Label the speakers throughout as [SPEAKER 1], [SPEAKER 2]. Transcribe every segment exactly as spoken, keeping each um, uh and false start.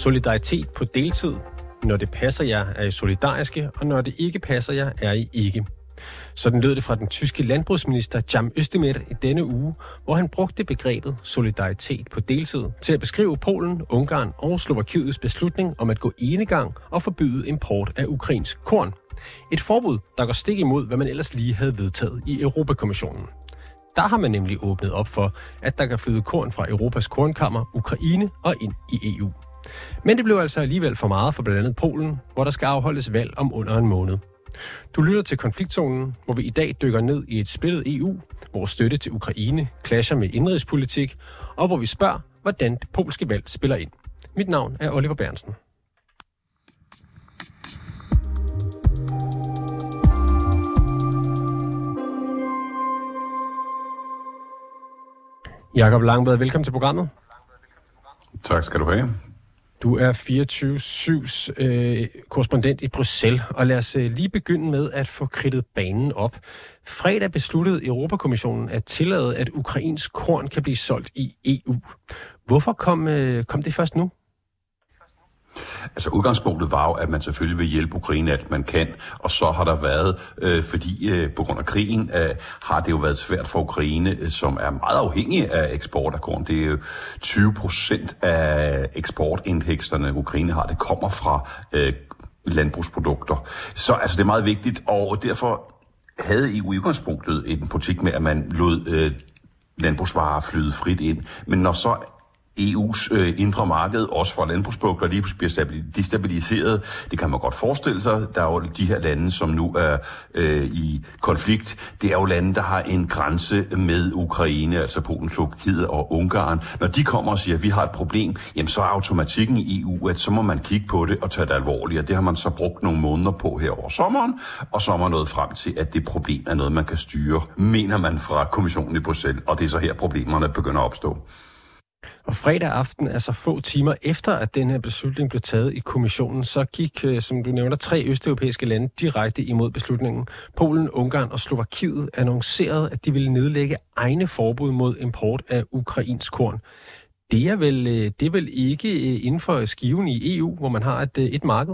[SPEAKER 1] Solidaritet på deltid. Når det passer jer, er I solidariske, og når det ikke passer jer, er I ikke. Sådan lød det fra den tyske landbrugsminister Cem Özdemir i denne uge, hvor han brugte begrebet solidaritet på deltid til at beskrive Polen, Ungarn og Slovakiets beslutning om at gå enegang og forbyde import af ukrainsk korn. Et forbud, der går stik imod, hvad man ellers lige havde vedtaget i Europakommissionen. Der har man nemlig åbnet op for, at der kan flyde korn fra Europas kornkammer, Ukraine og ind i E U. Men det blev altså alligevel for meget for blandt andet Polen, hvor der skal afholdes valg om under en måned. Du lytter til Konfliktzonen, hvor vi i dag dykker ned i et splittet E U, hvor støtte til Ukraine clasher med indrigspolitik, og hvor vi spørger, hvordan det polske valg spiller ind. Mit navn er Oliver Bernsen. Jakob Langblad, velkommen til programmet.
[SPEAKER 2] Tak skal du have.
[SPEAKER 1] Du er fireogtyve syvs øh, korrespondent i Bruxelles, og lad os øh, lige begynde med at få kridtet banen op. Fredag besluttede Europakommissionen at tillade, at ukrainsk korn kan blive solgt i E U. Hvorfor kom, øh, kom det først nu?
[SPEAKER 2] Altså udgangspunktet var jo, at man selvfølgelig vil hjælpe Ukraine alt man kan, og så har der været, øh, fordi øh, på grund af krigen, øh, har det jo været svært for Ukraine, øh, som er meget afhængig af eksport af korn. Det er jo tyve procent af eksportindtægterne, Ukraine har, det kommer fra øh, landbrugsprodukter. Så altså det er meget vigtigt, og derfor havde E U i udgangspunktet en politik med, at man lod øh, landbrugsvarer flyde frit ind. Men når så E U's øh, indre marked, også for landbrugsprodukter, lige pludselig bliver destabiliseret. Det kan man godt forestille sig. Der er jo de her lande, som nu er øh, i konflikt. Det er jo lande, der har en grænse med Ukraine, altså Polen, Slovakiet og Ungarn. Når de kommer og siger, at vi har et problem, jamen så er automatikken i E U, at så må man kigge på det og tage det alvorligt. Og det har man så brugt nogle måneder på her over sommeren, og så er man nået frem til, at det problem er noget, man kan styre, mener man fra kommissionen i Bruxelles. Og det er så her, problemerne begynder at opstå.
[SPEAKER 1] Og fredag aften, altså få timer efter, at den her beslutning blev taget i kommissionen, så gik, som du nævner, tre østeuropæiske lande direkte imod beslutningen. Polen, Ungarn og Slovakiet annoncerede, at de ville nedlægge egne forbud mod import af ukrainsk korn. Det er vel, det er vel ikke inden for skiven i E U, hvor man har et, et marked?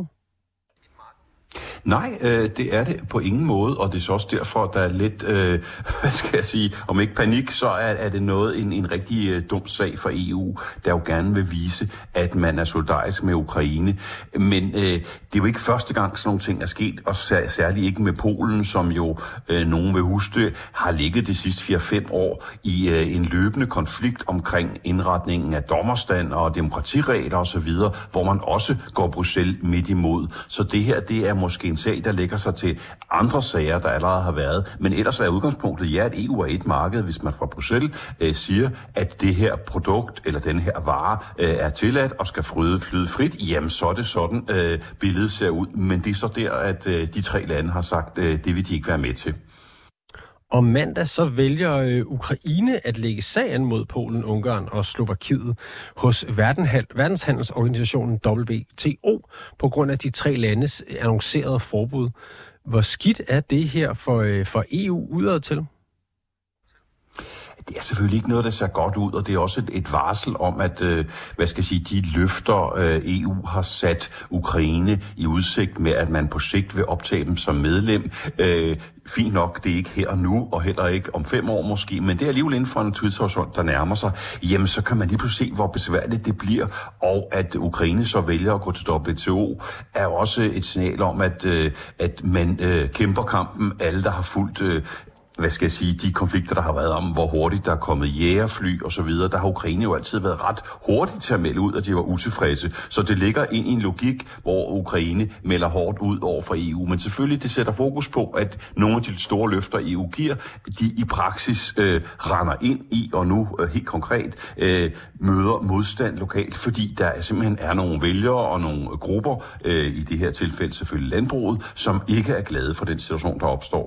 [SPEAKER 2] Nej, øh, det er det på ingen måde, og det er så også derfor, der er lidt, øh, hvad skal jeg sige, om ikke panik, så er, er det noget en, en rigtig øh, dum sag for E U, der jo gerne vil vise, at man er solidarisk med Ukraine. Men øh, det er jo ikke første gang, sådan nogle ting er sket, og sær, særligt ikke med Polen, som jo, øh, nogen vil huske, har ligget de sidste fire fem år i øh, en løbende konflikt omkring indretningen af dommerstand og demokratiregler osv., hvor man også går Bruxelles midt imod. Så det her, det er måske en sag, der lægger sig til andre sager, der allerede har været. Men ellers er udgangspunktet, ja, at E U er et marked, hvis man fra Bruxelles øh, siger, at det her produkt eller den her vare øh, er tilladt og skal flyde, flyde frit, jamen så er det sådan, øh, billedet ser ud. Men det er så der, at øh, de tre lande har sagt, øh, det vil de ikke være med til.
[SPEAKER 1] Og mandag så vælger øh, Ukraine at lægge sagen mod Polen, Ungarn og Slovakiet hos verdenshandelsorganisationen W T O på grund af de tre landes annoncerede forbud. Hvor skidt er det her for, øh, for E U udad til?
[SPEAKER 2] Det er selvfølgelig ikke noget, der ser godt ud, og det er også et, et varsel om, at øh, hvad skal jeg sige, de løfter, øh, E U har sat Ukraine i udsigt med, at man på sigt vil optage dem som medlem. Øh, fint nok, det er ikke her og nu, og heller ikke om fem år måske, men det er alligevel inden for en tidshorisont, der nærmer sig. Jamen, så kan man lige pludselig se, hvor besværligt det bliver, og at Ukraine så vælger at gå til W T O, er jo også et signal om, at, øh, at man øh, kæmper kampen. Alle, der har fulgt øh, hvad skal jeg sige, de konflikter, der har været om, hvor hurtigt der er kommet jægerfly og så videre, der har Ukraine jo altid været ret hurtigt til at melde ud, at de var utilfredse. Så det ligger ind i en logik, hvor Ukraine melder hårdt ud over for E U. Men selvfølgelig, det sætter fokus på, at nogle af de store løfter, E U giver, de i praksis øh, render ind i, og nu øh, helt konkret øh, møder modstand lokalt, fordi der simpelthen er nogle vælgere og nogle grupper, øh, i det her tilfælde selvfølgelig landbruget, som ikke er glade for den situation, der opstår.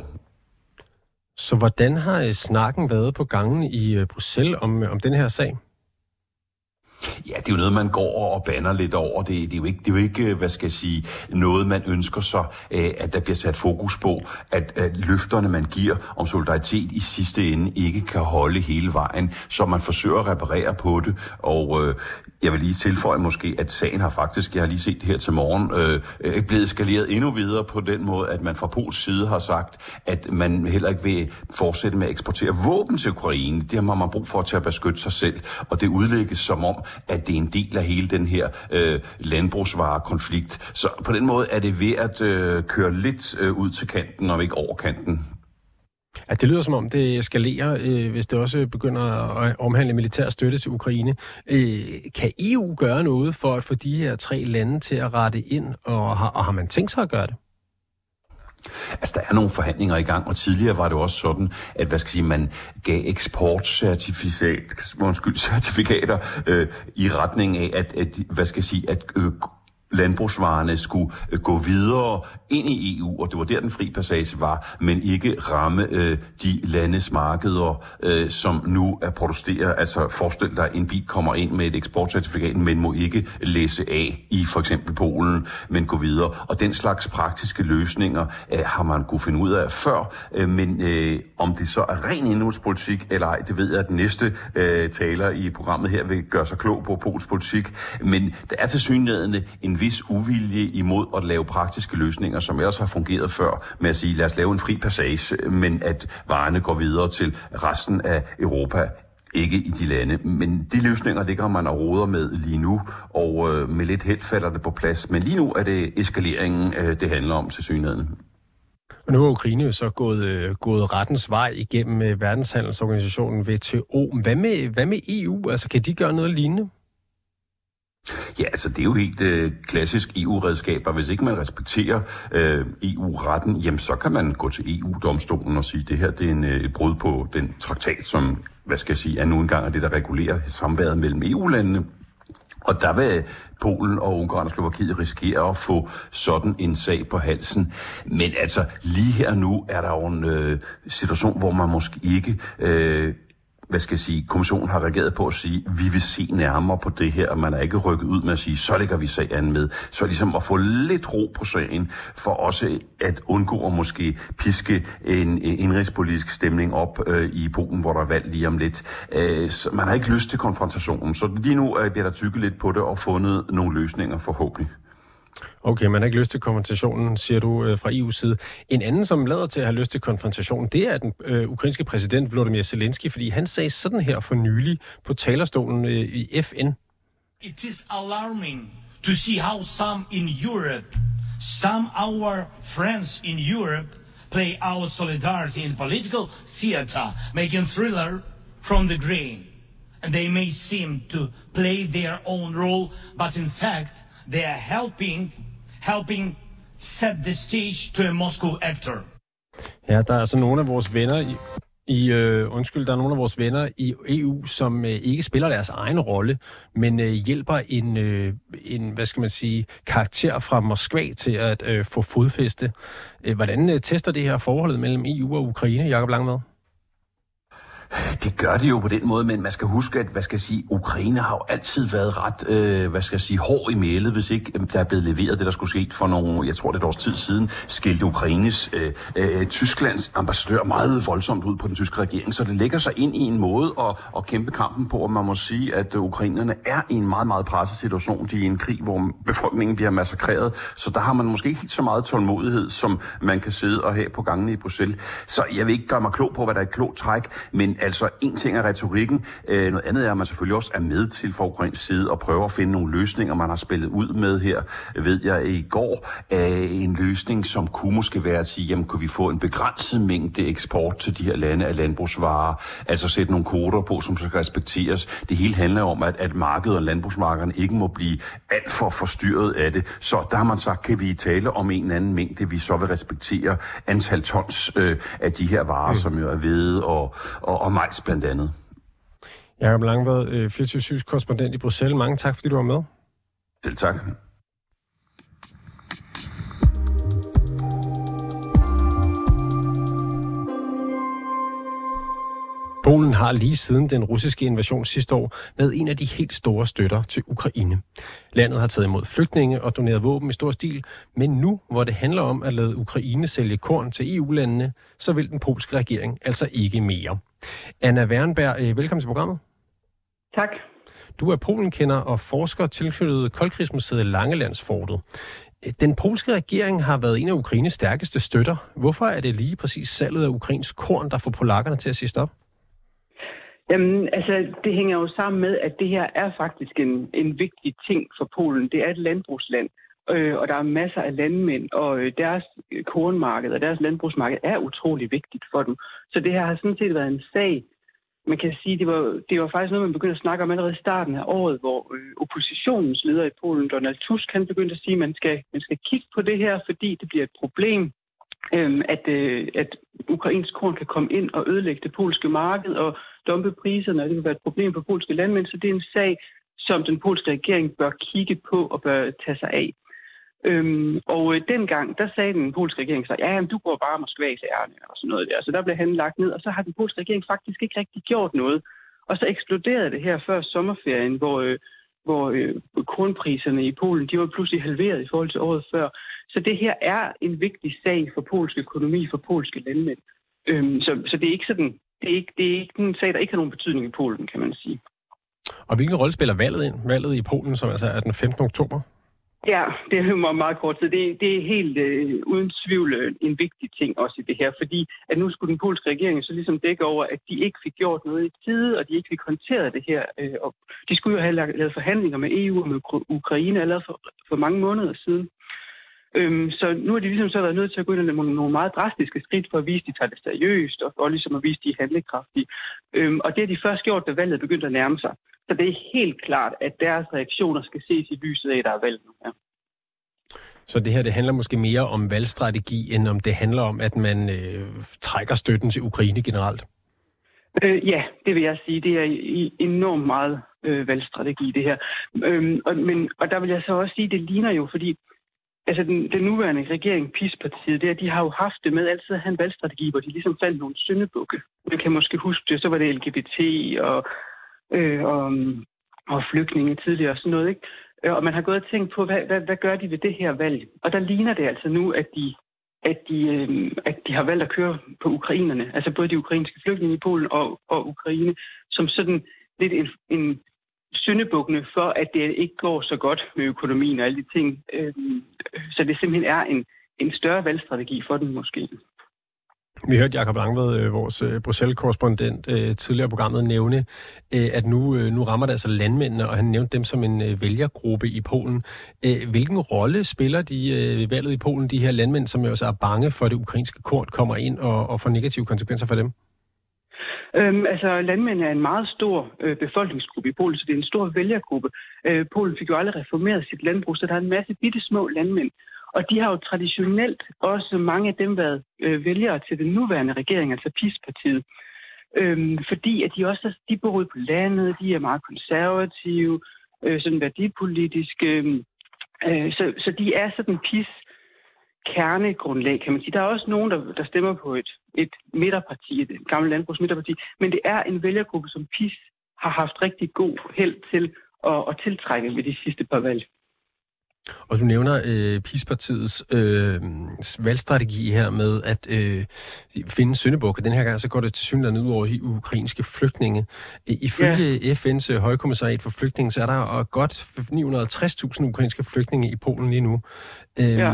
[SPEAKER 1] Så hvordan har snakken været på gangen i Bruxelles om, om den her sag?
[SPEAKER 2] Ja, det er jo noget, man går og bander lidt over. Det, det, er jo ikke, det er jo ikke, hvad skal jeg sige, noget, man ønsker sig, at der bliver sat fokus på, at, at løfterne, man giver om solidaritet i sidste ende, ikke kan holde hele vejen, så man forsøger at reparere på det. Og øh, jeg vil lige tilføje måske, at sagen har faktisk, jeg har lige set det her til morgen, øh, blevet eskaleret endnu videre på den måde, at man fra Pols side har sagt, at man heller ikke vil fortsætte med at eksportere våben til Ukraine. Det har man brug for til at beskytte sig selv, og det udlægges som om, at det er en del af hele den her øh, landbrugsvarekonflikt. Så på den måde er det ved at øh, køre lidt øh, ud til kanten, og ikke over kanten.
[SPEAKER 1] Ja, det lyder som om, det eskalerer, øh, hvis det også begynder at omhandle militær støtte til Ukraine. Øh, kan E U gøre noget for at få de her tre lande til at rette ind, og har, og har man tænkt sig at gøre det?
[SPEAKER 2] Altså, der er nogle forhandlinger i gang, og tidligere var det også sådan, at hvad skal jeg sige, man gav eksportcertifikater øh, i retning af, at, at hvad skal jeg sige, at øh, landbrugsvarerne skulle øh, gå videre ind i E U, og det var der den fri passage var, men ikke ramme øh, de landes markeder, øh, som nu er protesterer. Altså forestil dig, at en bil kommer ind med et eksportcertifikat, men må ikke læse af i for eksempel Polen, men gå videre. Og den slags praktiske løsninger øh, har man kunne finde ud af før, øh, men øh, om det så er ren indrigspolitik eller ej, det ved jeg, at den næste øh, taler i programmet her vil gøre sig klog på Pols politik. Men der er tilsyneladende en vis uvilje imod at lave praktiske løsninger, som ellers har fungeret før, med at sige, lad os lave en fri passage, men at varerne går videre til resten af Europa, ikke i de lande. Men de løsninger, det kan man og roder med lige nu, og øh, med lidt held falder det på plads. Men lige nu er det eskaleringen, øh, det handler om tilsyneladende.
[SPEAKER 1] Og nu er Ukraine jo så gået, øh, gået rettens vej igennem øh, verdenshandelsorganisationen W T O. Hvad med, hvad med E U? Altså, kan de gøre noget lignende?
[SPEAKER 2] Ja, altså det er jo helt øh, klassisk E U-redskaber. Hvis ikke man respekterer øh, E U-retten, jamen så kan man gå til E U-domstolen og sige, at det her det er en, øh, et brud på den traktat, som, hvad skal jeg sige, er nu engang det, der regulerer samværet mellem E U-landene. Og der vil Polen og Ungarn og Slovakiet risikere at få sådan en sag på halsen. Men altså lige her nu er der jo en øh, situation, hvor man måske ikke... Øh, hvad skal jeg sige, kommissionen har reageret på at sige, at vi vil se nærmere på det her, og man er ikke rykket ud med at sige, så lægger vi sagen med. Så ligesom at få lidt ro på sagen, for også at undgå at måske piske en indrigspolitisk stemning op øh, i Polen, hvor der er valg lige om lidt. Øh, så man har ikke lyst til konfrontationen, så lige nu øh, bliver der tykket lidt på det og fundet nogle løsninger forhåbentlig.
[SPEAKER 1] Okay, man har ikke lyst til konfrontationen, siger du øh, fra E U's side. En anden, som lader til at have lyst til konfrontationen, det er den øh, ukrainske præsident Volodymyr Zelensky, fordi han sagde sådan her for nylig på talerstolen øh, i F N.
[SPEAKER 3] It is alarming to see how some in Europe, some our friends in Europe, play out solidarity in political theater, making thriller from the grain. And they may seem to play their own role, but in fact, they are helping, helping set the stage to a Moscow actor.
[SPEAKER 1] Ja, der er altså nogle af vores venner i, i øh, undskyld, der er nogle af vores venner i E U, som øh, ikke spiller deres egen rolle, men øh, hjælper en, øh, en, hvad skal man sige, karakter fra Moskva til at øh, få fodfæste. Øh, hvordan øh, tester det her forholdet mellem E U og Ukraine, Jakob Langvad?
[SPEAKER 2] Det gør det jo på den måde, men man skal huske, at hvad skal jeg sige, Ukraine har jo altid været ret, øh, hvad skal jeg sige, hård i mælet, hvis ikke øh, der er blevet leveret det, der skulle ske for nogle, jeg tror det er et års tid siden, skilte Ukraines øh, øh, Tysklands ambassadør meget voldsomt ud på den tyske regering, så det lægger sig ind i en måde at, at kæmpe kampen på, og man må sige, at ukrainerne er i en meget, meget presset situation. De er i en krig, hvor befolkningen bliver massakreret, så der har man måske ikke helt så meget tålmodighed, som man kan sidde og have på gangene i Bruxelles. Så jeg vil ikke gøre mig klog på, hvad der er et klogt træk, men altså, en ting er retorikken, øh, noget andet er, at man selvfølgelig også er med til fra Ukraines side og prøver at finde nogle løsninger, man har spillet ud med her, ved jeg i går, øh, en løsning, som kunne måske være at sige, jamen kunne vi få en begrænset mængde eksport til de her lande af landbrugsvarer, altså sætte nogle kvoter på, som skal respekteres. Det hele handler om, at, at markedet og landbrugsmarkederne ikke må blive alt for forstyrret af det. Så der har man sagt, kan vi tale om en eller anden mængde, vi så vil respektere antal tons øh, af de her varer, mm. som jo er hvede og, og, og majs blandt andet.
[SPEAKER 1] Jakob Langvad, fireogtyve syv's korrespondent i Bruxelles. Mange tak, fordi du var med.
[SPEAKER 2] Selv tak.
[SPEAKER 1] Polen har lige siden den russiske invasion sidste år været en af de helt store støtter til Ukraine. Landet har taget imod flygtninge og doneret våben i stor stil, men nu, hvor det handler om at lade Ukraine sælge korn til E U-landene, så vil den polske regering altså ikke mere. Anna Wernberg, velkommen til programmet.
[SPEAKER 4] Tak.
[SPEAKER 1] Du er Polenkender og forsker tilknyttet Koldkrigsmuseet Langelandsfortet. Den polske regering har været en af Ukraines stærkeste støtter. Hvorfor er det lige præcis salget af ukrainsk korn, der får polakkerne til at sige stop?
[SPEAKER 4] Jamen, altså, det hænger jo sammen med, at det her er faktisk en, en vigtig ting for Polen. Det er et landbrugsland, øh, og der er masser af landmænd, og øh, deres kornmarked og deres landbrugsmarked er utrolig vigtigt for dem. Så det her har sådan set været en sag. Man kan sige, det var, det var faktisk noget, man begyndte at snakke om allerede i starten af året, hvor øh, oppositionens leder i Polen, Donald Tusk, han begyndte at sige, at man skal, man skal kigge på det her, fordi det bliver et problem, øh, at, øh, at ukrainsk korn kan komme ind og ødelægge det polske marked og dumpe priserne, og det vil være et problem for polske landmænd. Så det er en sag, som den polske regering bør kigge på og bør tage sig af. Øhm, og øh, dengang, der sagde den polske regering så, ja, jamen, du går bare Moskvas ærne og sådan noget der. Så der blev han lagt ned, og så har den polske regering faktisk ikke rigtig gjort noget. Og så eksploderede det her før sommerferien, hvor, øh, hvor øh, kornpriserne i Polen, de var pludselig halveret i forhold til året før. Så det her er en vigtig sag for polsk økonomi, for polske landmænd. Øhm, så, så det er ikke sådan, det er ikke, det er ikke en sag, der ikke har nogen betydning i Polen, kan man sige.
[SPEAKER 1] Og hvilken rolle spiller valget ind? Valget i Polen, som altså er den femtende oktober?
[SPEAKER 4] Ja, det er jo meget kort tid. Det, det er helt øh, uden tvivl en vigtig ting også i det her, fordi at nu skulle den polske regering så ligesom dække over, at de ikke fik gjort noget i tide, og de ikke fik håndteret det her. Øh, og de skulle jo have lavet forhandlinger med E U og med Ukraine allerede for, for mange måneder siden. Øhm, så nu har de ligesom så været nødt til at gå ind og lave nogle meget drastiske skridt for at vise, at de tager det seriøst, og, og ligesom at vise, at de er handlekraftige. Øhm, og det har de først gjort, da valget begyndte at nærme sig. Så det er helt klart, at deres reaktioner skal ses i lyset af, at der er valg nu. Ja.
[SPEAKER 1] Så det her, det handler måske mere om valgstrategi, end om det handler om, at man øh, trækker støtten til Ukraine generelt?
[SPEAKER 4] Øh, ja, det vil jeg sige. Det er i, enormt meget øh, valgstrategi, det her. Øhm, og, men, og der vil jeg så også sige, det ligner jo, fordi altså den, den nuværende regering, P I S-partiet, det er, de har jo haft det med altid at have en valgstrategi, hvor de ligesom fandt nogle syndebukke. Man kan måske huske det, så var det L G B T og, øh, og, og flygtninge tidligere og sådan noget, ikke? Og man har gået og tænkt på, hvad, hvad, hvad gør de ved det her valg? Og der ligner det altså nu, at de, at de, øh, at de har valgt at køre på ukrainerne, altså både de ukrainske flygtninge i Polen og, og Ukraine, som sådan lidt en, en syndebukkene for, at det ikke går så godt med økonomien og alle de ting. Så det simpelthen er en, en større valgstrategi for den måske.
[SPEAKER 1] Vi hørte Jakob Langved, vores Bruxelles-korrespondent, tidligere programmet nævne, at nu, nu rammer det altså landmændene, og han nævnte dem som en vælgergruppe i Polen. Hvilken rolle spiller de ved valget i Polen, de her landmænd, som jo også er bange for, at det ukrainske korn kommer ind og, og får negative konsekvenser for dem?
[SPEAKER 4] Øhm, altså, landmænd er en meget stor øh, befolkningsgruppe i Polen, så det er en stor vælgergruppe. Øh, Polen fik jo aldrig reformeret sit landbrug, så der er en masse bitte små landmænd. Og de har jo traditionelt også mange af dem været øh, vælgere til den nuværende regering, altså P I S-partiet. Øhm, fordi at de også de bor ude på landet, de er meget konservative, øh, sådan værdipolitiske. Øh, så, så de er sådan P I S kernegrundlag, kan man sige. Der er også nogen, der, der stemmer på et, et midterparti, et gammelt landbrugsmidterparti, men det er en vælgergruppe, som P I S har haft rigtig god held til at, at tiltrække ved de sidste par valg.
[SPEAKER 1] Og du nævner øh, P I S-partiets øh, valgstrategi her med at øh, finde syndebukke. Den her gang så går det til synligheden ud over de ukrainske flygtninge. Ifølge ja. F N's højkommissariat for flygtninge, så er der godt ni hundrede og halvtreds tusind ukrainske flygtninge i Polen lige nu. Øh, ja.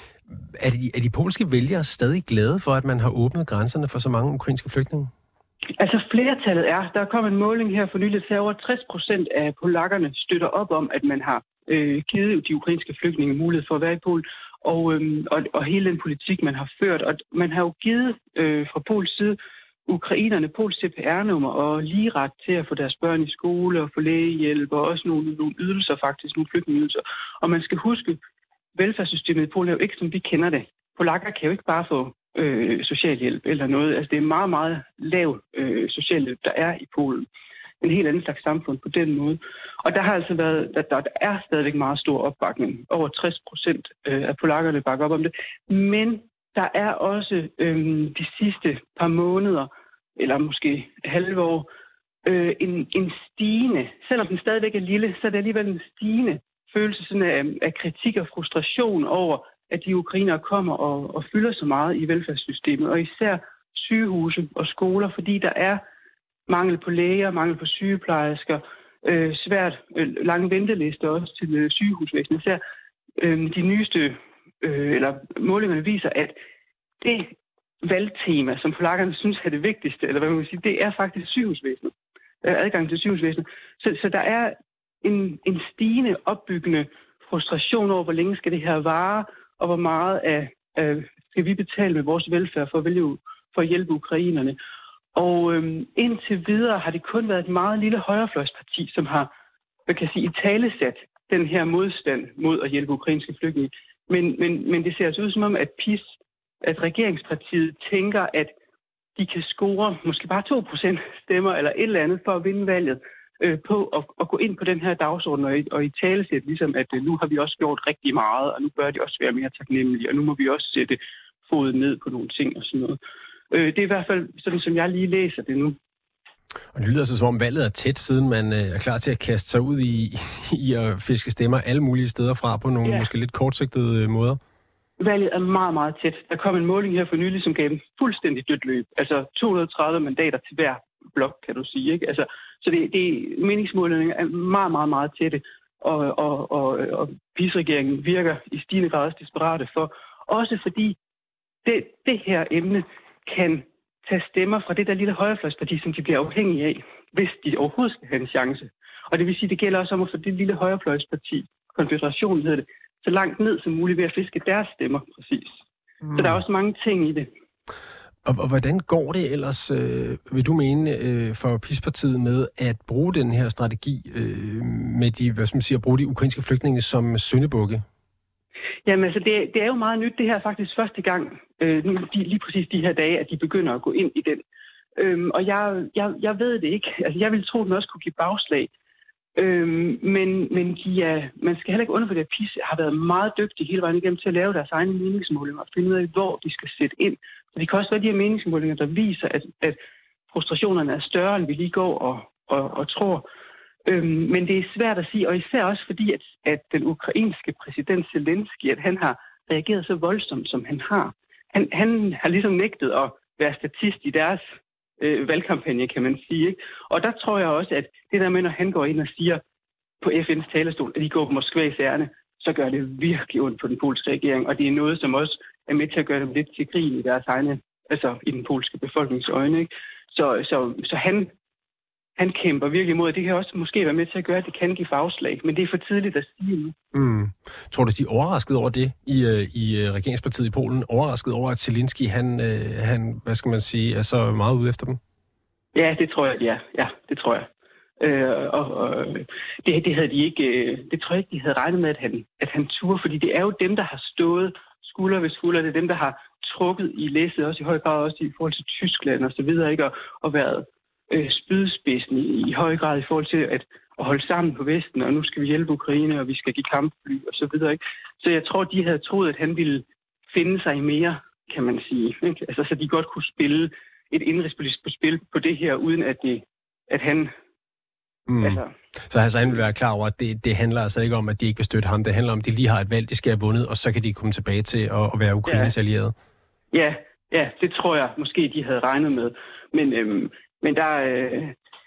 [SPEAKER 1] Er de, er de polske vælgere stadig glade for, at man har åbnet grænserne for så mange ukrainske flygtninge?
[SPEAKER 4] Altså flertallet er. Der kom en måling her for nylig til over tres procent af polakkerne støtter op om, at man har øh, givet de ukrainske flygtninge mulighed for at være i Polen, og, øh, og, og hele den politik, man har ført. Og man har jo givet øh, fra Pols side ukrainerne Pols C P R-nummer og lige ret til at få deres børn i skole og få lægehjælp og også nogle, nogle ydelser faktisk, nogle flygtningeydelser. Og man skal huske, velfærdssystemet i Polen er jo ikke, som vi kender det. Polakker kan jo ikke bare få øh, socialhjælp eller noget. Altså det er meget, meget lav øh, socialhjælp, der er i Polen. En helt anden slags samfund på den måde. Og der har altså været, der, der er stadigvæk meget stor opbakning. Over tres procent øh, af polakkerne bakker op om det. Men der er også øh, de sidste par måneder eller måske halve år, øh, en, en stigende, selvom den stadigvæk er lille, så er det alligevel en stigende følelse sådan af, af kritik og frustration over, at de ukrainere kommer og, og fylder så meget i velfærdssystemet, og især sygehuse og skoler, fordi der er mangel på læger, mangel på sygeplejersker, øh, svært øh, lange ventelister også til øh, sygehusvæsenet. Især øh, de nyeste øh, eller målingerne viser, at det valgtema, som polakkerne synes er det vigtigste, eller hvad man vil sige, det er faktisk sygehusvæsenet. Adgang til sygehusvæsenet. Så, så der er en, en stigende opbyggende frustration over, hvor længe skal det her vare, og hvor meget af, af skal vi betale med vores velfærd for at, vælge, for at hjælpe ukrainerne. Og øhm, indtil videre har det kun været et meget lille højrefløjsparti, som har, hvad kan jeg sige, italesat den her modstand mod at hjælpe ukrainske flygtninge. Men, men, men det ser altså ud som om, at P I S, at regeringspartiet tænker, at de kan score måske bare to procent stemmer eller et eller andet for at vinde valget øh, på at, at gå ind på den her dagsorden og, og i talesæt ligesom, at øh, nu har vi også gjort rigtig meget, og nu bør de også være mere taknemmelige, og nu må vi også sætte foden ned på nogle ting og sådan noget. Øh, det er i hvert fald sådan, som jeg lige læser det nu.
[SPEAKER 1] Og det lyder altså, som om valget er tæt, siden man øh, er klar til at kaste sig ud i, i at fiske stemmer alle mulige steder fra på nogle ja. måske lidt kortsigtede øh, måder.
[SPEAKER 4] Valget er meget, meget tæt. Der kom en måling her for nylig, som gav en fuldstændig dødt løb. Altså to hundrede og tredive mandater til hver blok, kan du sige. Ikke? Altså, så det, det, meningsmålingerne er meget, meget, meget tætte. Og, og, og, og P I S-regeringen virker i stigende grad også desperate for. Også fordi det, det her emne kan tage stemmer fra det der lille højrefløjsparti, som de bliver afhængige af, hvis de overhovedet skal have en chance. Og det vil sige, det gælder også om at få det lille højrefløjsparti, konføderationen hedder det, så langt ned som muligt ved at fiske deres stemmer, præcis. Mm. Så der er også mange ting i det.
[SPEAKER 1] Og, og hvordan går det ellers, øh, vil du mene, øh, for P I S-partiet med at bruge den her strategi øh, med de, hvad skal man sige, at bruge de ukrainske flygtninge som syndebukke?
[SPEAKER 4] Jamen altså, det, det er jo meget nyt. Det her er faktisk første gang, øh, nu, de, lige præcis de her dage, at de begynder at gå ind i den. Øhm, og jeg, jeg, jeg ved det ikke. Altså, jeg ville tro, at den også kunne give bagslag. Øhm, men men de er, man skal heller ikke undervurdere, at P I S har været meget dygtige hele vejen igennem til at lave deres egne meningsmålinger og finde ud af, hvor de skal sætte ind. Så det kan også være de her meningsmålinger, der viser, at, at frustrationerne er større, end vi lige går og, og, og tror. Øhm, men det er svært at sige, og især også fordi, at, at den ukrainske præsident Zelensky, at han har reageret så voldsomt, som han har. Han, han har ligesom nægtet at være statist i deres øh, valgkampagne, kan man sige. Ikke? Og der tror jeg også, at det der med, når han går ind og siger på F N's talerstol, at de går på Moskvas ærne, så gør det virkelig ondt på den polske regering. Og det er noget, som også er med til at gøre dem lidt til grin i deres egne, altså i den polske befolknings øjne. Ikke? Så, så, så han, han kæmper virkelig imod, det kan også måske være med til at gøre, at det kan give afslag, men det er for tidligt at sige nu.
[SPEAKER 1] Mm. Tror du, de er overrasket over det i, i regeringspartiet i Polen? Overrasket over, at Zelensky, han, han, hvad skal man sige, er så meget ude efter dem?
[SPEAKER 4] Ja, det tror jeg, ja. Ja, det tror jeg. Øh, og, og det, det havde de ikke, det tror jeg ikke, de havde regnet med, at han, at han turde, fordi det er jo dem, der har stået skulder ved skulder, det er dem, der har trukket i læsset, også i høj grad også i forhold til Tyskland og så videre, ikke? Og, og været øh, spydspidsen i, i høj grad i forhold til at, at holde sammen på Vesten, og nu skal vi hjælpe Ukraine, og vi skal give kampfly og så videre, ikke? Så jeg tror, de havde troet, at han ville finde sig i mere, kan man sige, ikke? Altså, så de godt kunne spille et indrigspolitisk på spil på det her, uden at, det, at han...
[SPEAKER 1] Mm. Altså, så altså, han vil være klar over, at det, det handler altså ikke om, at de ikke vil støtte ham. Det handler om, at de lige har et valg, de skal have vundet, og så kan de komme tilbage til at, at være Ukraines ja. allierede.
[SPEAKER 4] Ja, ja, det tror jeg måske, de havde regnet med. Men, øhm, men der... Øh,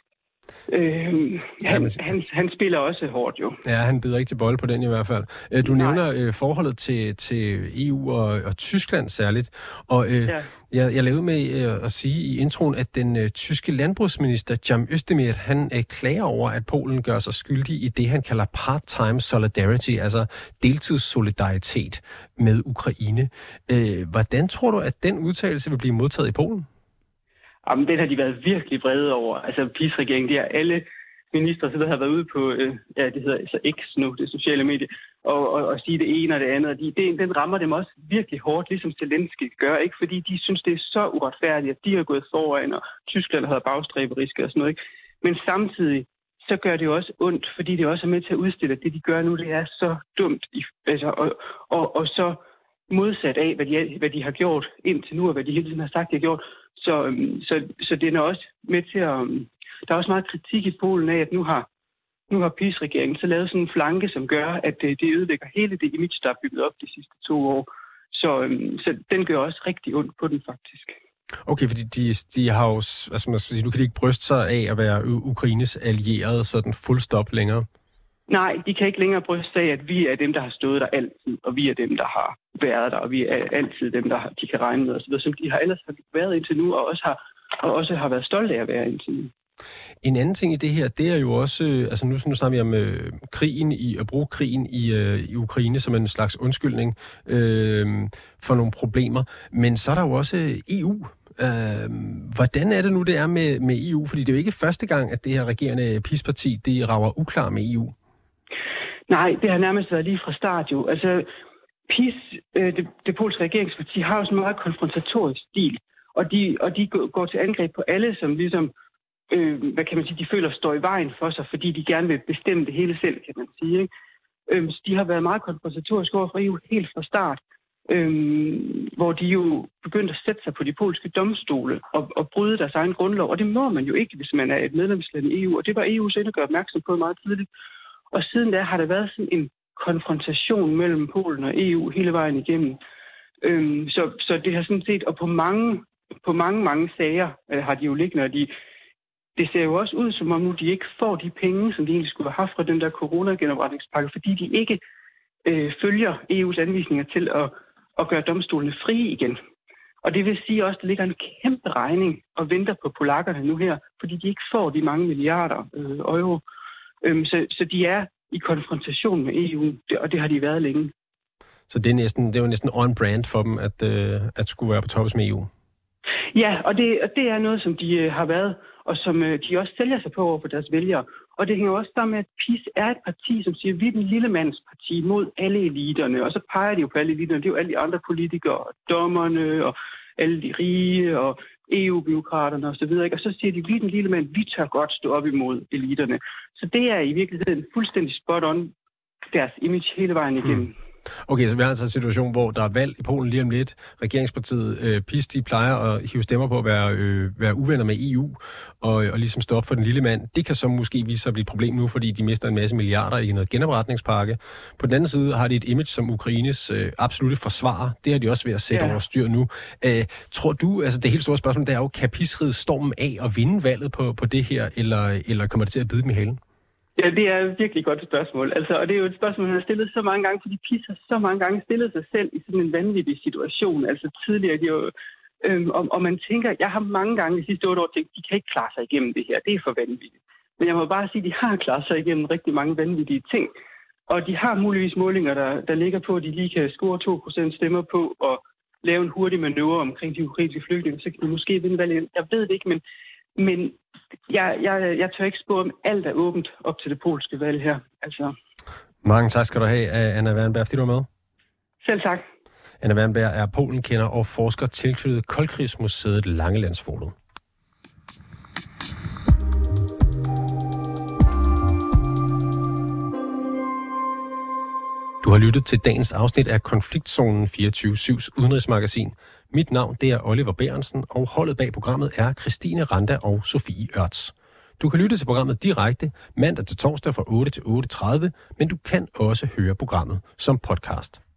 [SPEAKER 4] øh, han, han, han spiller også hårdt, jo.
[SPEAKER 1] Ja, han bider ikke til bold på den i hvert fald. Du Nej. nævner øh, forholdet til, til E U og, og Tyskland særligt. Og øh, ja. jeg, jeg lavede med øh, at sige i introen, at den øh, tyske landbrugsminister Cem Özdemir, han øh, klager over, at Polen gør sig skyldig i det, han kalder part-time solidarity, altså deltidssolidaritet med Ukraine. Øh, hvordan tror du, at den udtalelse vil blive modtaget i Polen?
[SPEAKER 4] Jamen, den har de været virkelig vrede over. Altså, P I S-regeringen, det er alle ministre, der har været ude på, øh, ja, det hedder altså X nu, det sociale medie, og, og, og sige det ene og det andet. Og de, det, den rammer dem også virkelig hårdt, ligesom Zelensky gør, ikke? Fordi de synes, det er så uretfærdigt, at de har gået foran, og Tyskland har bagstræberiske og sådan noget, ikke? Men samtidig, så gør det jo også ondt, fordi det også er med til at udstille, at det, de gør nu, det er så dumt. I, altså, og, og, og så modsat af, hvad de, hvad de har gjort indtil nu, og hvad de hele tiden har sagt, de har gjort. Så, så, så det er også med til at... Der er også meget kritik i Polen af, at nu har, nu har PiS-regeringen så lavet sådan en flanke, som gør, at det, det ødelægger hele det image, der er bygget op de sidste to år. Så, så den gør også rigtig ondt på den, faktisk.
[SPEAKER 1] Okay, fordi de, de har jo... Altså, man skal sige, nu kan de ikke bryste sig af at være Ukraines allierede, sådan full stop længere.
[SPEAKER 4] Nej, de kan ikke længere bryste af, at vi er dem, der har stået der altid, og vi er dem, der har været der, og vi er altid dem, der har, de kan regne med osv., som de har ellers har været indtil nu, og også har, og også har været stolte af at være indtil nu.
[SPEAKER 1] En anden ting i det her, det er jo også, altså nu, nu snakker vi om øh, krigen i, at bruge krigen i, øh, i Ukraine som en slags undskyldning øh, for nogle problemer, men så er der jo også E U. Øh, hvordan er det nu, det er med, med E U? Fordi det er jo ikke første gang, at det her regerende PiS-parti, det rager uklar med E U.
[SPEAKER 4] Nej, det har nærmest været lige fra start jo. Altså, PiS, øh, det, det polske regeringsparti, har jo sådan en meget konfrontatorisk stil, og de, og de går til angreb på alle, som ligesom, øh, hvad kan man sige, de føler står i vejen for sig, fordi de gerne vil bestemme det hele selv, kan man sige. Ikke? Øh, så de har været meget konfrontatoriske over for E U helt fra start, øh, hvor de jo begyndte at sætte sig på de polske domstole og, og bryde deres egen grundlov, og det må man jo ikke, hvis man er et medlemsland i E U, og det var E U så at gøre opmærksom på meget tidligt. Og siden da har der været sådan en konfrontation mellem Polen og E U hele vejen igennem. Øhm, så, så det har sådan set, og på mange, på mange, mange sager øh, har de jo liggende, og de, det ser jo også ud, som om nu de ikke får de penge, som de egentlig skulle have haft fra den der coronagenopretningspakke, fordi de ikke øh, følger E U's anvisninger til at, at gøre domstolene frie igen. Og det vil sige også, at der ligger en kæmpe regning og venter på polakkerne nu her, fordi de ikke får de mange milliarder øh, euro. Øhm, så, så de er i konfrontation med E U, og det har de været længe.
[SPEAKER 1] Så det er, næsten, det er jo næsten on-brand for dem, at, øh, at skulle være på toppen med E U?
[SPEAKER 4] Ja, og det, og det er noget, som de øh, har været, og som øh, de også sælger sig på over for deres vælgere. Og det hænger også sammen med, at PiS er et parti, som siger, at vi er den lille mands parti mod alle eliterne. Og så peger de jo på alle eliterne. Det er jo alle de andre politikere, og dommerne, og alle de rige, og E U-byråkraterne osv. Og så siger de, at vi er den lille mand, vi tør godt stå op imod eliterne. Så det er i virkeligheden fuldstændig spot on deres image hele vejen igennem. Mm.
[SPEAKER 1] Okay, så vi har altså en situation, hvor der er valg i Polen lige om lidt. Regeringspartiet øh, PiS, de plejer at hive stemmer på at være, øh, være uvenner med E U og, og ligesom stå op for den lille mand. Det kan så måske vise sig at blive et problem nu, fordi de mister en masse milliarder i noget genopretningspakke. På den anden side har de et image som Ukraines øh, absolutte forsvarer. Det har de også ved at sætte ja. over styr nu. Æh, tror du, altså det helt store spørgsmål, det er jo, kan PiS ride stormen af og vinde valget på, på det her, eller, eller kommer det til at bide dem i halen?
[SPEAKER 4] Ja, det er et virkelig godt spørgsmål. Altså, og det er jo et spørgsmål, han har stillet så mange gange, fordi PiS har så mange gange stillet sig selv i sådan en vanvittig situation. Altså tidligere, de jo, øhm, og, og man tænker, jeg har mange gange de sidste otte år tænkt, de kan ikke klare sig igennem det her. Det er for vanvittigt. Men jeg må bare sige, at de har klaret sig igennem rigtig mange vanvittige ting. Og de har muligvis målinger, der, der ligger på, at de lige kan score to procent stemmer på og lave en hurtig manøvre omkring de ukrainske flygtninge. Så kan de måske vinde valget. Jeg ved det ikke, men... Men jeg, jeg, jeg tør ikke spå om alt er åbent op til det polske valg her. Altså.
[SPEAKER 1] Mange tak skal du have, Anna Wernberg, fordi du var med.
[SPEAKER 4] Selv tak.
[SPEAKER 1] Anna Wernberg er Polenkender og forsker tilknyttet Koldkrigsmuseet Langelandsfortet. Du har lyttet til dagens afsnit af Konfliktzonen fireogtyve syvs udenrigsmagasin. Mit navn det er Oliver Bærensen, og holdet bag programmet er Christine Randa og Sofie Ørts. Du kan lytte til programmet direkte mandag til torsdag fra otte til otte tredive, men du kan også høre programmet som podcast.